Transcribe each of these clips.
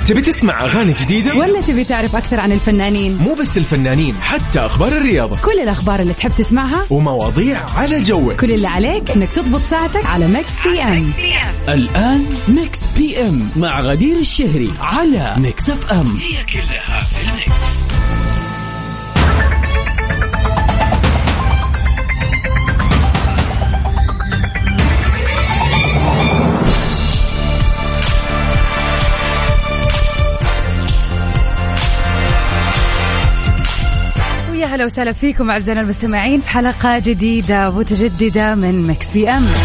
تبي تسمع أغاني جديدة ولا تبي تعرف أكثر عن الفنانين؟ مو بس الفنانين، حتى أخبار الرياضة، كل الأخبار اللي تحب تسمعها ومواضيع على جوك. كل اللي عليك إنك تضبط ساعتك على ميكس بي ام. الآن ميكس بي ام مع غدير الشهري على ميكس اف ام. هي كلها في الميكس. أهلا وسهلا فيكم أعزائنا المستمعين في حلقة جديدة متجددة من ميكس بي ام.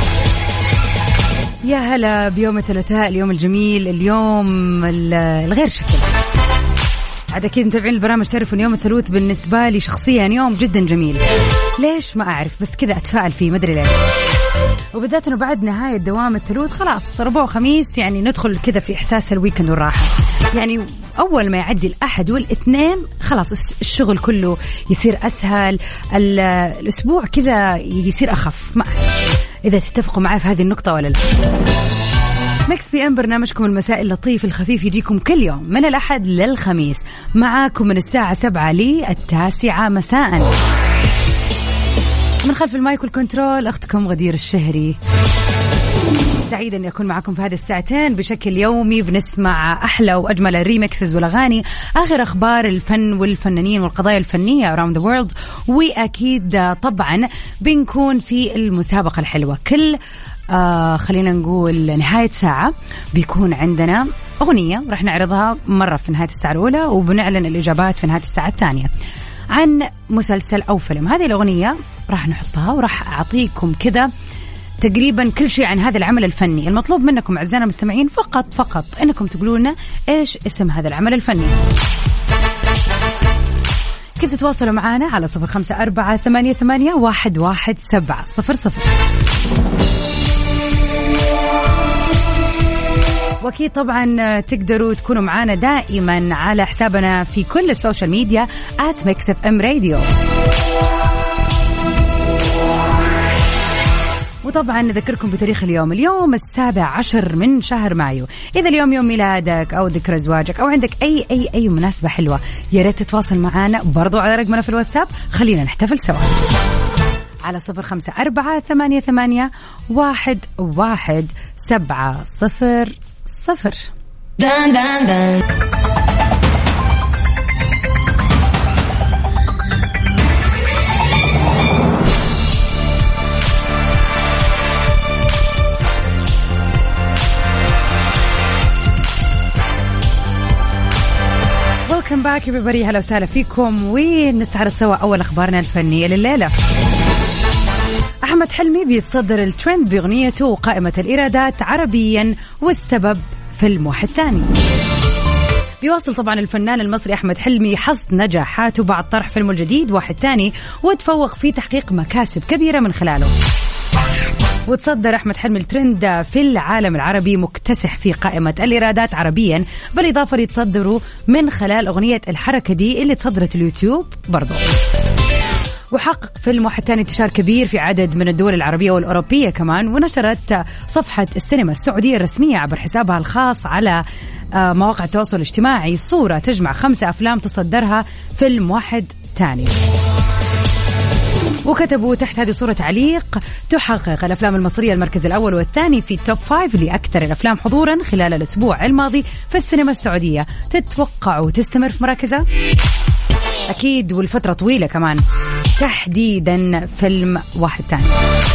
يا هلا بيوم الثلاثاء، اليوم الجميل، اليوم الغير شكل. عاد أكيد متابعين البرامج تعرفوا أن يوم الثلاث بالنسبة لي شخصيا يوم جدا جميل. ليش ما أعرف، بس كذا أتفائل فيه، مدري ليش. وبالذات أنه بعد نهاية دوام الثلاث خلاص ربع وخميس يعني ندخل كذا في إحساس الويكند والراحة. يعني أول ما يعدي الأحد والاثنين خلاص الشغل كله يصير أسهل، الأسبوع كذا يصير أخف. ما إذا تتفقوا معي في هذه النقطة ولا لا. ميكس بي ام برنامجكم المسائي اللطيف الخفيف يجيكم كل يوم من الأحد للخميس، معاكم من الساعة 7 للتاسعة مساء. من خلف المايك والكنترول أختكم غدير الشهري. سعيدة أن أكون معكم في هذه الساعتين بشكل يومي، بنسمع أحلى وأجمل الريمكسز والأغاني، آخر أخبار الفن والفنانين والقضايا الفنية around the world، وأكيد طبعا بنكون في المسابقة الحلوة. كل خلينا نقول نهاية ساعة بيكون عندنا أغنية راح نعرضها مرة في نهاية الساعة الأولى، وبنعلن الإجابات في نهاية الساعة الثانية عن مسلسل أو فيلم. هذه الأغنية راح نحطها وراح أعطيكم كذا تقريبا كل شيء عن هذا العمل الفني. المطلوب منكم أعزائنا المستمعين فقط أنكم تقولون إيش اسم هذا العمل الفني. كيف تتواصلوا معنا؟ على 0548811700. وأكيد طبعا تقدروا تكونوا معنا دائما على حسابنا في كل السوشيال ميديا @mixfmradio. وطبعا نذكركم بتاريخ اليوم 17 من شهر مايو. إذا اليوم يوم ميلادك أو ذكرى زواجك أو عندك أي مناسبة حلوة، يا ريت تتواصل معنا برضو على رقمنا في الواتساب، خلينا نحتفل سوا على 0548811700. دان دان دان. Welcome back everybody. هلا وسهلا فيكم، ونستعرض سوا أول أخبارنا الفنية لليلة. أحمد حلمي بيتصدر الترند بأغنيته وقائمة الإيرادات عربيا، والسبب فيلم واحد ثاني. بيواصل طبعا الفنان المصري أحمد حلمي حصد نجاحاته بعد طرح فيلمه الجديد واحد ثاني، وتفوق في تحقيق مكاسب كبيرة من خلاله. وتصدر أحمد حلمي الترند في العالم العربي، مكتسح في قائمة الإيرادات عربيا، بالإضافة ليتصدروا من خلال أغنية الحركة دي اللي تصدرت اليوتيوب برضو. وحقق فيلم واحد تاني انتشار كبير في عدد من الدول العربية والأوروبية كمان. ونشرت صفحة السينما السعودية الرسمية عبر حسابها الخاص على مواقع التواصل الاجتماعي صورة تجمع 5 أفلام تصدرها فيلم واحد تاني. وكتبوا تحت هذه الصورة تعليق: تحقق الأفلام المصرية المركز الأول والثاني في توب 5 لأكثر الأفلام حضورا خلال الأسبوع الماضي في السينما السعودية. تتوقعوا تستمر في مراكزها؟ أكيد، والفترة طويلة كمان، تحديدا فيلم واحد تاني.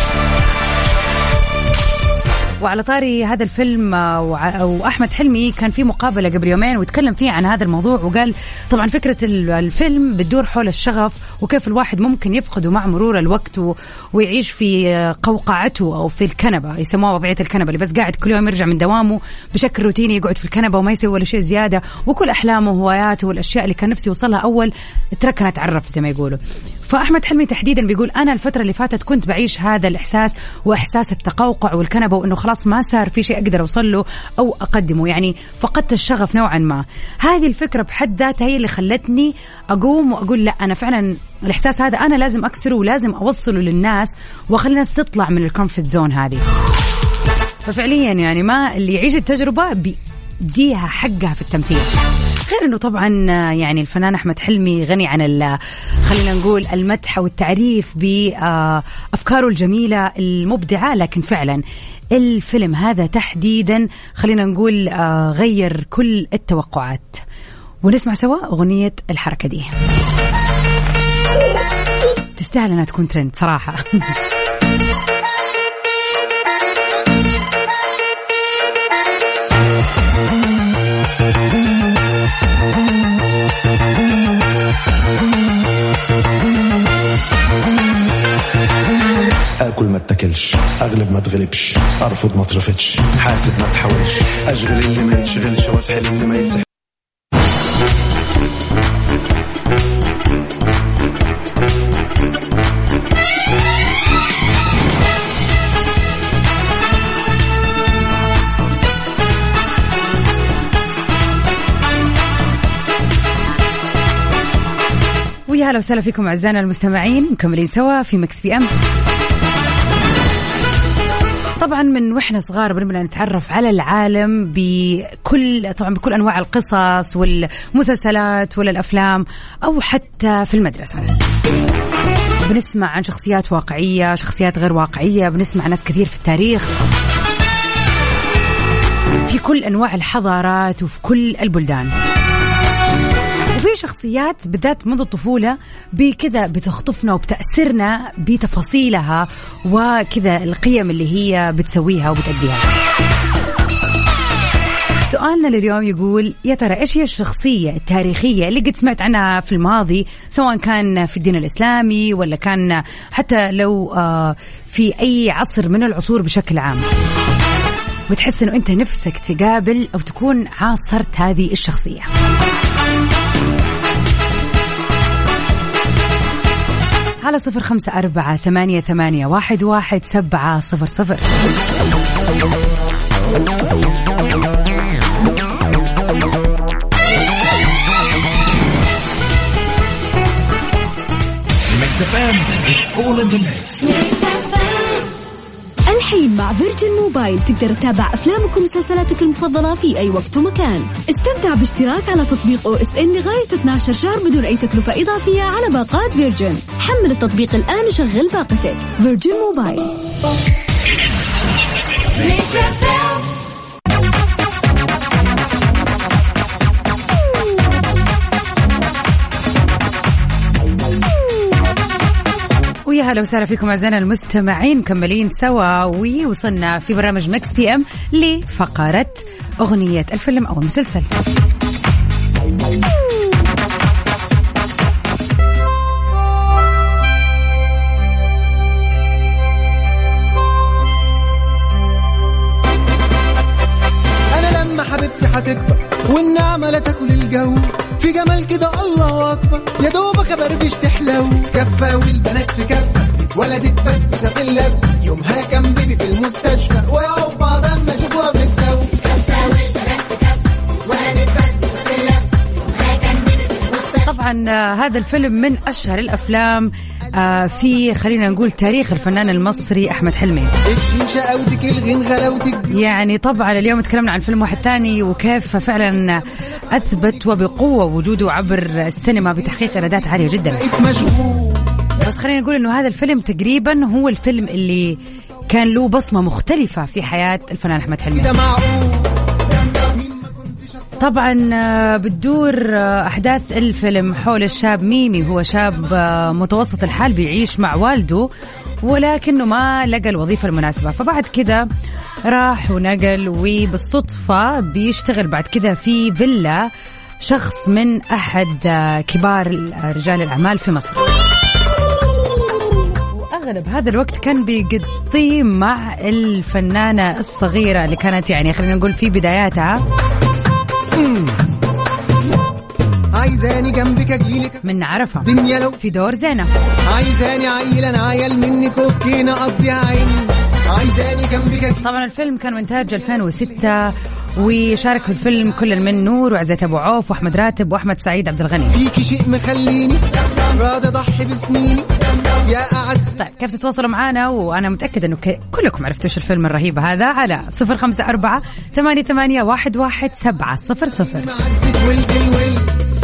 وعلى طاري هذا الفيلم وأحمد حلمي كان في مقابلة قبل يومين وتكلم فيه عن هذا الموضوع، وقال طبعا فكرة الفيلم بتدور حول الشغف وكيف الواحد ممكن يفقده مع مرور الوقت ويعيش في قوقعته أو في الكنبة، يسموها وضعية الكنبة، اللي بس قاعد كل يوم يرجع من دوامه بشكل روتيني، يقعد في الكنبة وما يسوي ولا شيء زيادة، وكل أحلامه وهواياته والأشياء اللي كان نفسه يوصلها أول تركنا تعرف زي ما يقولوا. فأحمد حلمي تحديدا بيقول: أنا الفترة اللي فاتت كنت بعيش هذا الإحساس وإحساس التقوقع والكنبة، وإنه خلاص ما صار في شيء أقدر أوصل له أو أقدمه، يعني فقدت الشغف نوعا ما. هذه الفكرة بحد ذاتها هي اللي خلتني أقوم وأقول لا، أنا فعلا الإحساس هذا أنا لازم أكسره ولازم أوصله للناس وخلينا الناس تطلع من الكومفورت زون هذه. ففعليا يعني ما اللي يعيش التجربة نديها حقها في التمثيل. غير أنه طبعا يعني الفنان أحمد حلمي غني عن خلينا نقول المدح والتعريف بأفكاره الجميلة المبدعة، لكن فعلا الفيلم هذا تحديدا خلينا نقول غير كل التوقعات. ونسمع سوا أغنية الحركة دي، تستاهل أنها تكون ترند صراحة. أكل ما اتكلش، أغلب ما تغلبش، أرفض ما ترفضش، حاسب ما تحاولش، أشغل اللي ما يتشغلش واسحل اللي ما يسحل. ويا هلا وسهلا فيكم أعزائنا المستمعين، مكملين سوا في مكس بي ام. طبعا من وإحنا صغار بنبدأ نتعرف على العالم بكل أنواع القصص والمسلسلات ولا الأفلام، أو حتى في المدرسة بنسمع عن شخصيات واقعية، شخصيات غير واقعية، بنسمع ناس كثير في التاريخ في كل أنواع الحضارات وفي كل البلدان. وفي شخصيات بالذات منذ الطفولة بكذا بتخطفنا وبتأثرنا بتفاصيلها وكذا القيم اللي هي بتسويها وبتأديها. سؤالنا لليوم يقول يا ترى إيش هي الشخصية التاريخية اللي قد سمعت عنها في الماضي، سواء كان في الدين الإسلامي ولا كان حتى لو في أي عصر من العصور بشكل عام، وتحس إنه أنت نفسك تقابل أو تكون عاصرت هذه الشخصية. على 0548811700. الحين مع فيرجن موبايل تقدر تتابع أفلامك ومسلسلاتك المفضلة في أي وقت ومكان. استمتع باشتراك على تطبيق OSN لغاية 12 شهر بدون أي تكلفة إضافية على باقات فيرجن. حمل التطبيق الآن وشغل باقتك. فيرجن موبايل. ويا هلا وسهلا فيكم أعزائنا المستمعين، مكملين سوا ووصلنا في برنامج مكس بي ام لفقرة أغنية الفيلم أو المسلسل. أنا لما حبيبتي هتكبر والنعمة لا تاكل الجو، في جمال كده الله أكبر، يا دوبك أبربش تحلو، كفة والبنات في كفة اتولدت بسبسة في اللف، يومها كان بيبي في المستشفى ويقعوا بعض أما شافوها في الجو، كفة والبنات في كفة اتولدت بسبسة في اللف، يومها كان بيبي في المستشفى. طبعا هذا الفيلم من أشهر الأفلام في خلينا نقول تاريخ الفنان المصري أحمد حلمي. الشيشة أودك الغنغلة وتك، يعني طبعا اليوم تكلمنا عن فيلم واحد ثاني وكيف فعلا أثبت وبقوة وجوده عبر السينما بتحقيق إيرادات عالية جدا. بس خلينا نقول إنه هذا الفيلم تقريبا هو الفيلم اللي كان له بصمة مختلفة في حياة الفنان أحمد حلمي. طبعا بتدور أحداث الفيلم حول الشاب ميمي، هو شاب متوسط الحال بيعيش مع والده ولكنه ما لقى الوظيفة المناسبة، فبعد كده راح ونقل وبالصدفة بيشتغل بعد كده في فيلا شخص من أحد كبار رجال الأعمال في مصر، وأغلب هذا الوقت كان بيقضيه مع الفنانة الصغيرة اللي كانت يعني خلينا نقول في بداياتها عايزاني جنبك اجيلك من عرفة دنيا لو في دور زينة، عايزاني عيلة عيل منك اوكينا اقضيها عين، عايزاني جنبك أجيلك. طبعا الفيلم كان منتاج 2006 وشارك في الفيلم كل من نور وعزت أبو عوف وأحمد راتب وأحمد سعيد عبد الغني. فيكي شيء مخليني راضي اضحي بسنيني يا أعز. طيب كيف تتواصلوا معنا؟ وأنا متأكد أنه كلكم عرفتوا شو الفيلم الرهيب هذا على 0548811700. معزة ولد الولد.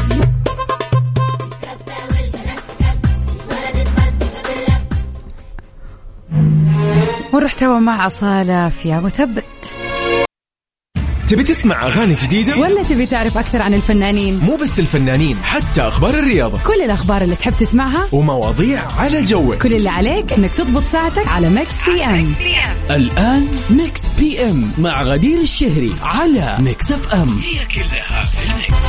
ونروح سوا مع أصالة في مثبت. تبي تسمع أغاني جديدة؟ ولا تبي تعرف أكثر عن الفنانين؟ مو بس الفنانين، حتى أخبار الرياضة، كل الأخبار اللي تحب تسمعها ومواضيع على جوك. كل اللي عليك إنك تضبط ساعتك على ميكس بي ام. الآن ميكس بي ام مع غدير الشهري على ميكس اف ام. هي كلها في الميكس.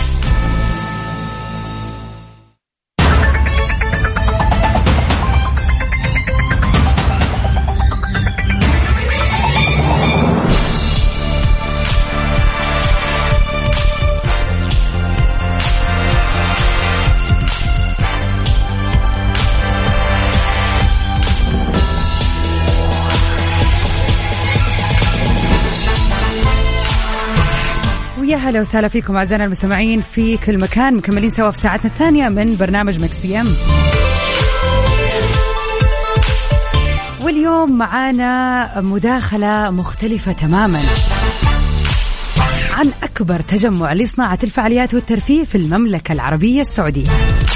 يا هلا وسهلا فيكم أعزائنا المستمعين في كل مكان، مكملين سوا في ساعتنا الثانية من برنامج ميكس بي ام. واليوم معانا مداخلة مختلفة تماما عن أكبر تجمع لصناعة الفعاليات والترفيه في المملكة العربية السعودية.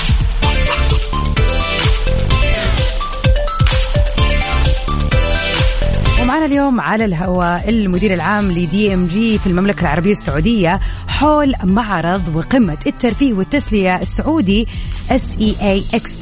ومعنا اليوم على الهواء المدير العام لدي ام جي في المملكة العربية السعودية حول معرض وقمة الترفيه والتسلية السعودي SEA Expo.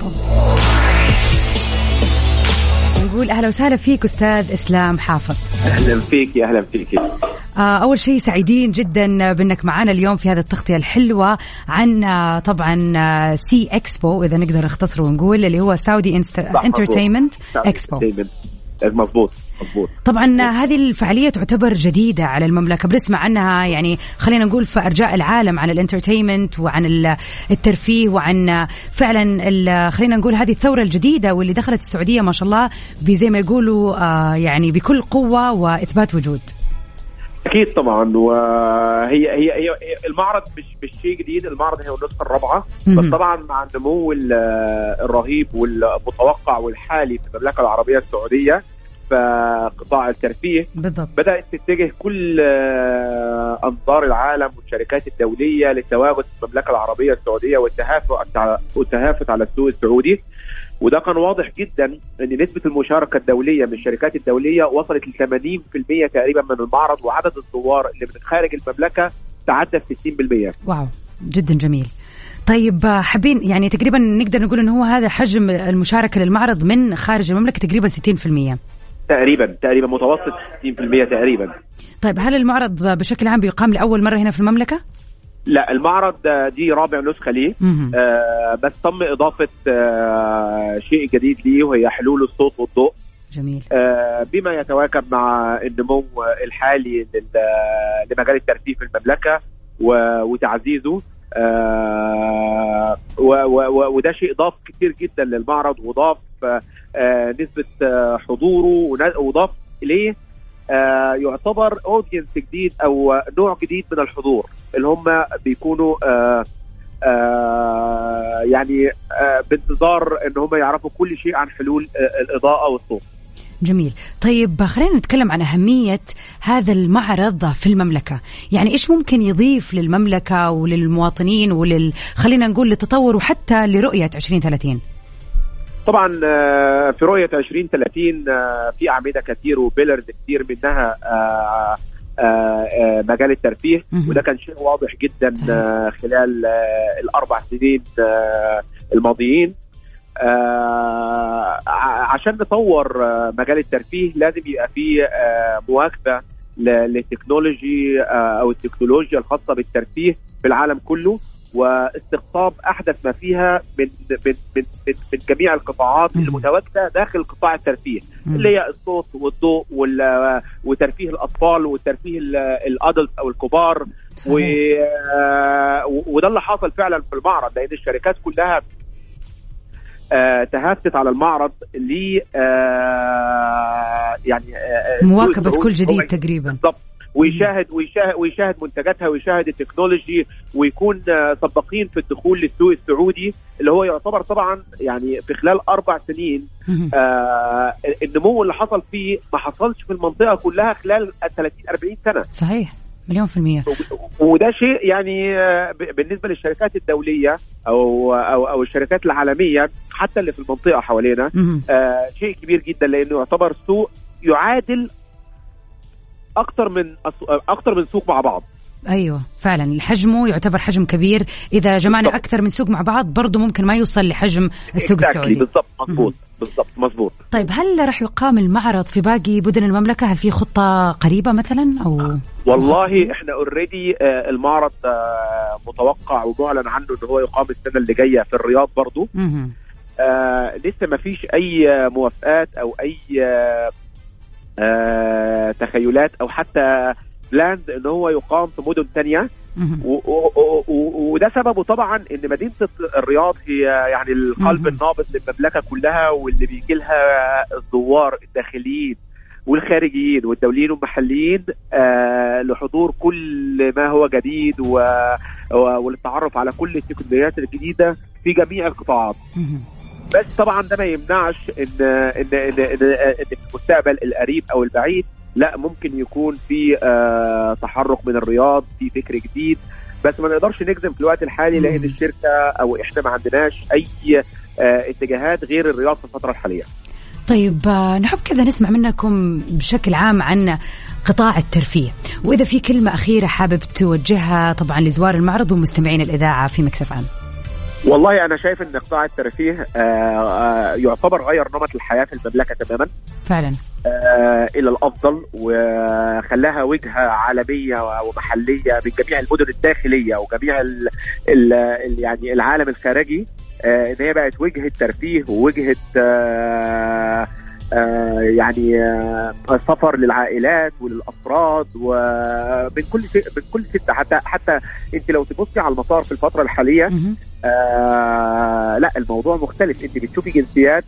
نقول أهلا وسهلا فيك أستاذ إسلام حافظ. أهلا فيك يا أهلا فيك. أول شيء سعيدين جدا بأنك معنا اليوم في هذا التغطية الحلوة عن طبعا سي إكسبو، إذا نقدر نختصره ونقول اللي هو سعودي انترتينمنت إكسبو. مظبوط. طبعا هذه الفعالية تعتبر جديدة على المملكة، بنسمع عنها يعني خلينا نقول في أرجاء العالم عن الانترتينمنت وعن الترفيه وعن فعلا خلينا نقول هذه الثورة الجديدة واللي دخلت السعودية ما شاء الله بزي ما يقولوا يعني بكل قوة وإثبات وجود. أكيد طبعا، وهي هي المعرض مش شيء جديد، المعرض هي النسخة الرابعة، بس طبعا مع النمو الرهيب والمتوقع والحالي في المملكة العربية السعودية فقطاع الترفيه بالضبط. بدأت تتجه كل أنظار العالم والشركات الدولية للتواجد في المملكة العربية السعودية والتهافت على السوق السعودي، وده كان واضح جدا ان نسبة المشاركة الدولية من الشركات الدولية وصلت ل 80% تقريبا من المعرض، وعدد الزوار اللي من خارج المملكة تعدى 60%. واو جدا جميل. طيب حابين يعني تقريبا نقدر نقول ان هو هذا حجم المشاركة للمعرض من خارج المملكة تقريبا 60%. تقريبا متوسط 60% تقريبا. طيب هل المعرض بشكل عام بيقام لأول مرة هنا في المملكة؟ لا، المعرض دي رابع نسخة ليه، بس تم إضافة شيء جديد ليه وهي حلول الصوت والضوء. جميل. بما يتواكب مع النمو الحالي لمجال الترفيه في المملكة وتعزيزه، وده شيء ضاف كتير جدا للمعرض، وضاف نسبة حضوره، وضاف إليه يعتبر أودينس جديد أو نوع جديد من الحضور اللي هم بيكونوا يعني بانتظار إن هم يعرفوا كل شيء عن حلول الإضاءة والصوت. جميل. طيب خلينا نتكلم عن أهمية هذا المعرض في المملكة، يعني إيش ممكن يضيف للمملكة وللمواطنين خلينا نقول للتطور وحتى لرؤية 2030؟ طبعا في رؤية 2030 في أعمدة كثير وبيلرز كثير منها مجال الترفيه، وده كان شيء واضح جدا خلال الأربع سنين الماضيين. عشان نطور مجال الترفيه لازم يبقى فيه مواكبة للتكنولوجي أو التكنولوجيا الخاصة بالترفيه في العالم كله، واستقطاب أحدث ما فيها من جميع القطاعات المتواجدة داخل قطاع الترفيه اللي هي الصوت والضوء وترفيه الأطفال وترفيه الأدلت أو الكبار. وده اللي حصل فعلا في المعرض، لأن الشركات كلها تهافت على المعرض يعني مواكبة كل جديد تقريبا. بالضبط، ويشاهد منتجاتها ويشاهد التكنولوجي ويكون سباقين في الدخول للسوق السعودي اللي هو يعتبر طبعا يعني في خلال 4 سنين النمو اللي حصل فيه ما حصلش في المنطقة كلها خلال 30-40 سنة. صحيح 100%. وده شيء يعني بالنسبة للشركات الدولية أو الشركات العالمية حتى اللي في المنطقة حوالينا شيء كبير جدا لأنه يعتبر سوق يعادل أكتر من سوق مع بعض. أيوة فعلا حجمه يعتبر حجم كبير. إذا جمعنا أكثر من سوق مع بعض برضو ممكن ما يوصل لحجم السوق السعودي. بالضبط مظبوط. طيب هل راح يقام المعرض في باقي مدن المملكة؟ هل في خطة قريبة مثلا أو؟ والله احنا اوريدي المعرض متوقع ومعلن عنه ان هو يقام السنة اللي جاية في الرياض برضو. لسه ما فيش اي موافقات او اي تخيلات او حتى بلاند ان هو يقام في مدن تانية. وده سببه طبعا ان مدينة الرياض هي يعني القلب النابض للمملكة كلها واللي بيجي لها الزوار الداخليين والخارجيين والدوليين والمحليين لحضور كل ما هو جديد وللتعرف على كل التكنولوجيات الجديدة في جميع القطاعات. بس طبعا ده ما يمنعش ان في المستقبل القريب او البعيد لا ممكن يكون في تحرك من الرياض في فكر جديد، بس ما نقدرش نجزم في الوقت الحالي لان الشركة او احنا ما عندناش اي اتجاهات غير الرياض في الفترة الحالية. طيب نحب كذا نسمع منكم بشكل عام عن قطاع الترفيه، وإذا في كلمة أخيرة حابب توجهها طبعا لزوار المعرض ومستمعين الإذاعة في ميكس اف ام. والله أنا شايف أن قطاع الترفيه يعتبر غير نمط الحياة في المملكة تماما فعلا إلى الأفضل، وخلاها وجهة عالمية ومحلية من جميع المدن الداخلية وجميع يعني العالم الخارجي، إن هي بقت وجهة ترفيه ووجهة يعني سفر للعائلات وللأفراد ومن كل شيء من كل ستة. حتى انت لو تبصي على المسار في الفترة الحالية لا الموضوع مختلف. انت بتشوفي جنسيات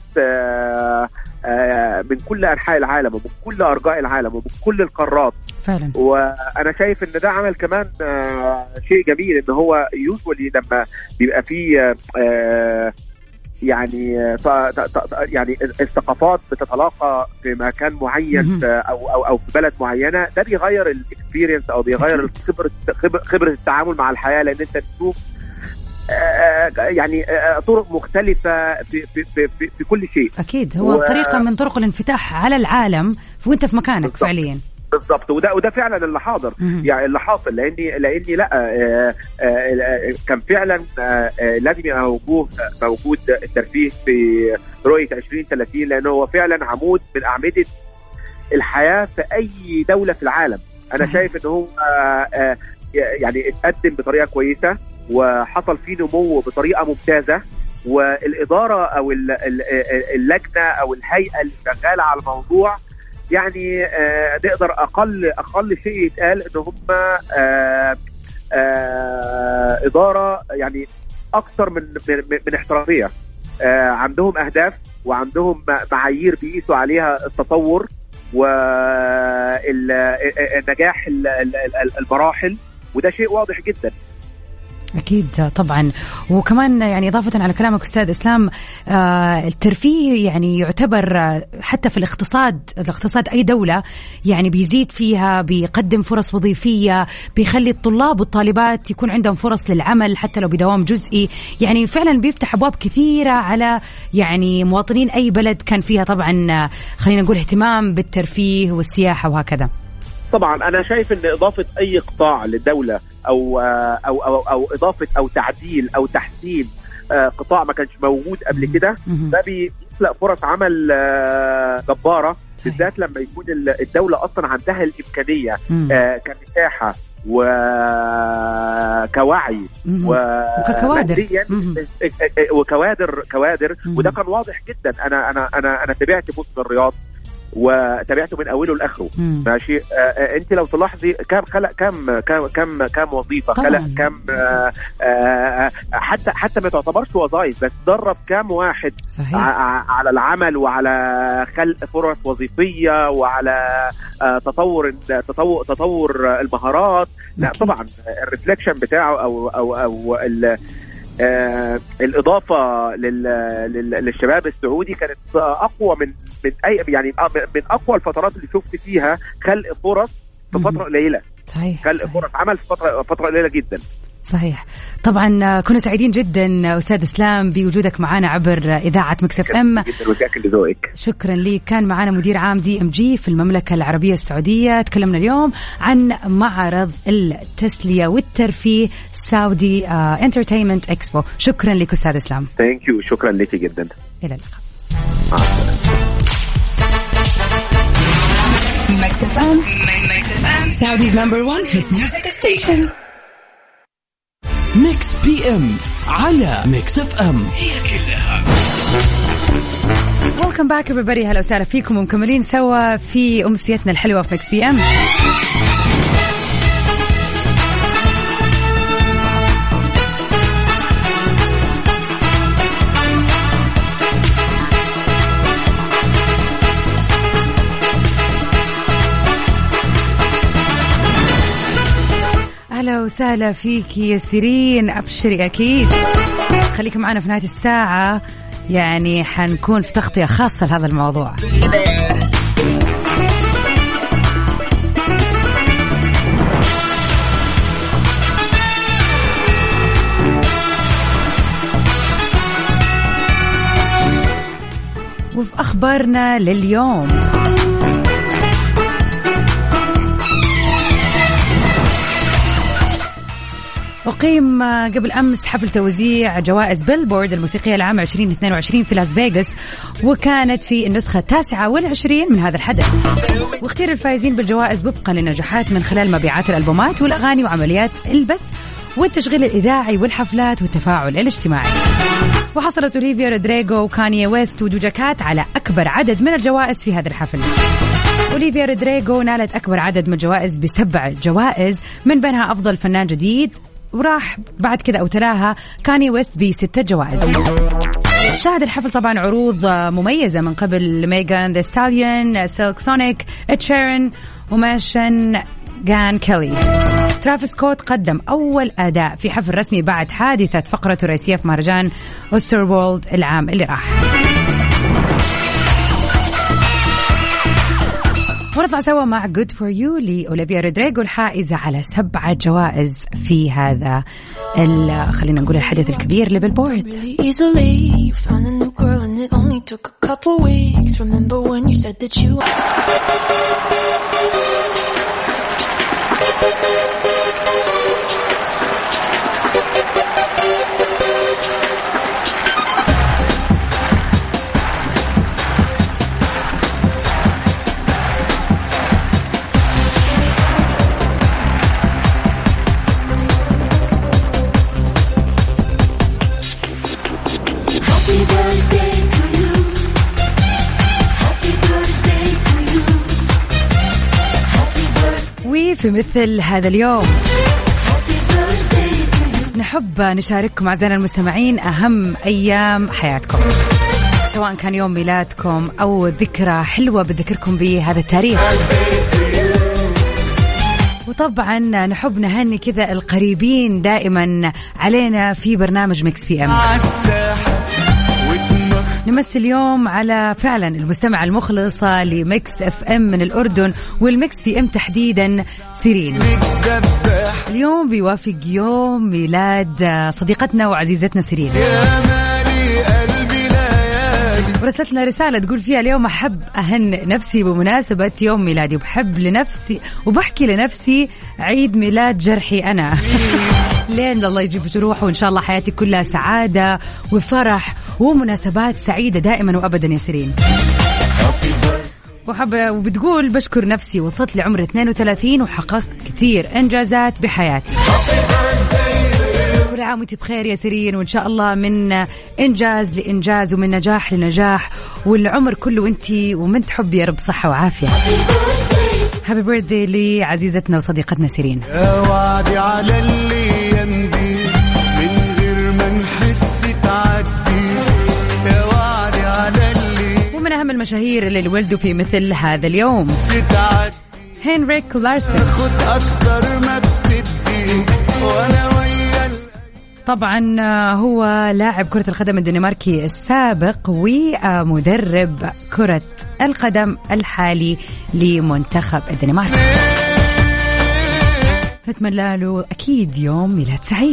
من كل أنحاء العالم ومن كل أرجاء العالم ومن كل القارات فعلا. وأنا شايف إن ده عمل كمان شيء جميل، إن هو يوجوالي لما بيبقى فيه يعني الثقافات بتتلاقى في مكان معين او في بلد معينه، ده بيغير الاكسبيرينس او بيغير خبره التعامل مع الحياه، لان انت تشوف يعني طرق مختلفه في كل شيء. اكيد هو طريقه من طرق الانفتاح على العالم وانت في مكانك بالضبط. فعليا بالضبط، وده فعلا اللي حاضر يعني اللي حاصل، لاني لا كان فعلا لازم يبقى موجود الترفيه في رؤية 2030، لانه هو فعلا عمود من اعمدة الحياة في اي دولة في العالم. انا شايف ان هو يعني اتقدم بطريقة كويسة وحصل فيه نمو بطريقة ممتازة، والإدارة او اللجنة او الهيئة اللي شغالة على الموضوع يعني نقدر أقل شيء يتقال إن هم إدارة يعني أكثر من احترافية. عندهم أهداف وعندهم معايير بيقيسوا عليها التطور والنجاح المراحل، وده شيء واضح جدا. أكيد طبعا. وكمان يعني إضافة على كلامك أستاذ إسلام، الترفيه يعني يعتبر حتى في الاقتصاد أي دولة يعني بيزيد فيها، بيقدم فرص وظيفية، بيخلي الطلاب والطالبات يكون عندهم فرص للعمل حتى لو بدوام جزئي، يعني فعلا بيفتح أبواب كثيرة على يعني مواطنين أي بلد كان فيها طبعا خلينا نقول اهتمام بالترفيه والسياحة وهكذا. طبعا أنا شايف إن إضافة أي قطاع للدولة أو إضافة أو تعديل أو تحسين قطاع ما كانش موجود قبل كده، ده بيخلق فرص عمل جبارة، بالذات لما يكون الدولة أصلا عندها الإمكانية كمساحة وكوعي وكوادر وكوادر وده كان واضح جدا. أنا تابعت موسم الرياض وتابعته من اوله لاخره. ماشي. انت لو تلاحظي كم خلق كم وظيفه، خلق كم حتى ما تعتبرش وظائف، بس درب كم واحد على العمل وعلى خلق فرص وظيفيه وعلى تطور المهارات. لا طبعا الريفلكشن بتاعه او الإضافة للشباب السعودي كانت أقوى من أي، يعني من أقوى الفترات اللي شفت فيها خلق فرص في فترة قليلة. صحيح. خلق فرص عمل في فترة قليلة جدا. صحيح. طبعا كنا سعيدين جدا أستاذ إسلام بوجودك معنا عبر إذاعة مكس اف ام. شكرا لي. كان معنا مدير عام DMG في المملكة العربية السعودية. تكلمنا اليوم عن معرض التسلية والترفيه سعودي انترتينمنت اكسبو. شكرا لك أستاذ إسلام. ثانك يو. شكرا لك جدا. إلى اللقاء. مكس اف ام Saudi's number 1 hit music station. ميكس بي ام على ميكس اف ام. هي كلها. Welcome back everybody. هلا وسهلا فيكم ومكملين سوا في أمسيتنا الحلوة في ميكس بي ام. أهلا وسهلا فيك يا سيرين. أبشري أكيد. خليك معنا في نهاية الساعة، يعني حنكون في تغطية خاصة لهذا الموضوع. وفي أخبارنا لليوم، أقيم قبل أمس حفل توزيع جوائز بيلبورد الموسيقية العام 2022 في لاس فيغاس، وكانت في النسخة 29 من هذا الحدث. واختير الفائزين بالجوائز وفقا للنجاحات من خلال مبيعات الألبومات والأغاني وعمليات البث والتشغيل الإذاعي والحفلات والتفاعل الاجتماعي. وحصلت أوليفيا رودريغو وكانيا ويست ودوجا كات على أكبر عدد من الجوائز في هذا الحفل. أوليفيا رودريغو نالت أكبر عدد من الجوائز ب7 جوائز، من بينها أفضل فنان جديد، وراح بعد كده أو تلاها كاني ويست ب6 جوائز. شاهد الحفل طبعا عروض مميزة من قبل ميغان ذا ستاليون، سيلك سونيك، إد شيران، وماشن جان كيلي. ترافيس سكوت قدم أول أداء في حفل رسمي بعد حادثة فقرته الرئيسية في مهرجان أوسترورلد العام اللي راح. ونطلع سوا مع Good For You لأوليفيا رودريغو الحائزة على 7 جوائز في هذا خلينا نقول الحدث الكبير لبيلبورد. في مثل هذا اليوم نحب نشارككم أعزائنا المستمعين أهم أيام حياتكم، سواء كان يوم ميلادكم أو ذكرى حلوة بذكركم بهذا التاريخ. وطبعا نحب نهني كذا القريبين دائما علينا في برنامج ميكس بي ام. نمثل اليوم على فعلا المستمع المخلصة لميكس اف ام من الأردن والميكس بي ام تحديدا سيرين. اليوم بيوافق يوم ميلاد صديقتنا وعزيزتنا سيرين، ورسلت لنا رسالة تقول فيها اليوم أحب أهنئ نفسي بمناسبة يوم ميلادي، وبحب لنفسي وبحكي لنفسي عيد ميلاد جرحي أنا. لين الله يجيب جروحه، وإن شاء الله حياتي كلها سعادة وفرح ومناسبات سعيدة دائما وأبدا يا سيرين. وبتقول بشكر نفسي، وصلت لعمر 32 وحققت كتير إنجازات بحياتي. كل عام وانت بخير يا سيرين، وإن شاء الله من إنجاز لإنجاز ومن نجاح لنجاح، والعمر كله وانت ومن تحب يا رب صحة وعافية. هابي بيرثدي لعزيزتنا وصديقتنا سيرين. يا وعدي على اللي يمضي من غير ما نحس تعدي، يا وعدي على اللي. ومن أهم المشاهير اللي ولدوا في مثل هذا اليوم هنريك لارسن. خد أكتر ما بتدي وأنا ويا. طبعا هو لاعب كرة القدم الدنماركي السابق ومدرب كرة القدم الحالي لمنتخب الدنمارك. نتمنى له أكيد يوم ميلاد سعيد،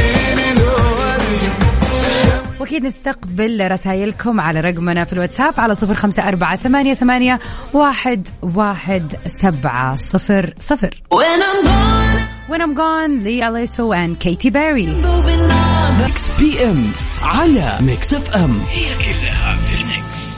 وأكيد نستقبل رسائلكم على رقمنا في الواتساب على 0548811700. When I'm gone لأليسو and كيتي بيري. ميكس بي ام على ميكس اف ام، هي كلها في الميكس.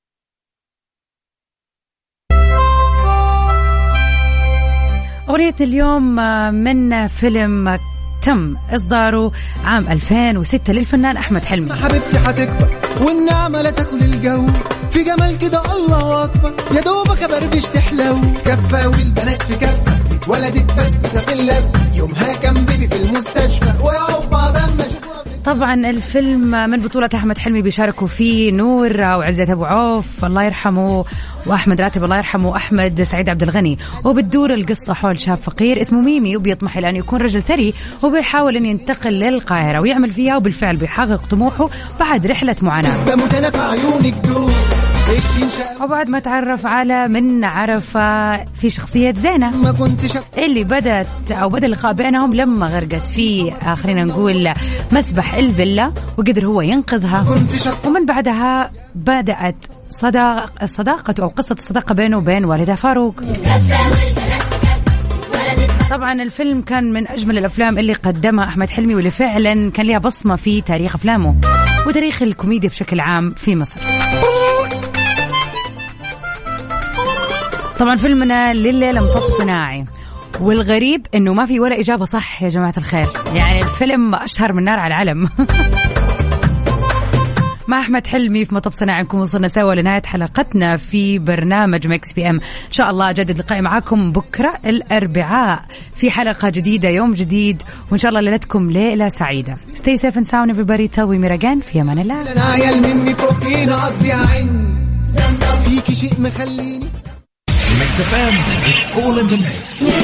أغنية اليوم من فيلم تم إصداره عام 2006 للفنان أحمد حلمي. حبيبتي حتكبر والنعمة لا تاكل الجو، في جمال كده الله أكبر، يا دوبك بربش تحلو، كفة والبنات في كفة اتولدت بس في اللف، يومها كان بيبي في المستشفى ويقعوا بعض أما شافوها. طبعا الفيلم من بطولة أحمد حلمي بيشاركوا فيه نور وعزة أبو عوف الله يرحمه، وأحمد راتب الله يرحمه، وأحمد سعيد عبد الغني. وبتدور القصة حول شاب فقير اسمه ميمي، وبيطمح إلى أن يكون رجل ثري، وبيحاول أن ينتقل للقاهرة ويعمل فيها، وبالفعل بيحقق طموحه بعد رحلة معاناة. بموت أنا في عيونك دول. وبعد ما تعرف على من عرف في شخصية زينة ما كنتش اللي بدأ اللقاء بينهم لما غرقت في خلينا نقول مسبح الفيلا، وقدر هو ينقذها. ومن بعدها بدأت الصداقة أو قصة الصداقة بينه وبين والدها فاروق. طبعا الفيلم كان من أجمل الأفلام اللي قدمها أحمد حلمي، واللي فعلا كان لها بصمة في تاريخ أفلامه وتاريخ الكوميديا بشكل عام في مصر. طبعا فيلمنا لليلة مطب صناعي، والغريب انه ما في ولا اجابة صح يا جماعة الخير، يعني الفيلم اشهر من نار على العلم. مع أحمد حلمي في مطب صناعي نكون وصلنا سوا لنهاية حلقتنا في برنامج ميكس بي ام. إن شاء الله أجدد لقائي معاكم بكرة الأربعاء في حلقة جديدة يوم جديد، وإن شاء الله ليلتكم ليلة سعيدة. Stay safe and sound everybody. Till we meet again. في أمان الله. أنا عيال مني فوقينا قضي عين فيكي شيء مخليني. Mix FM, it's all in the mix.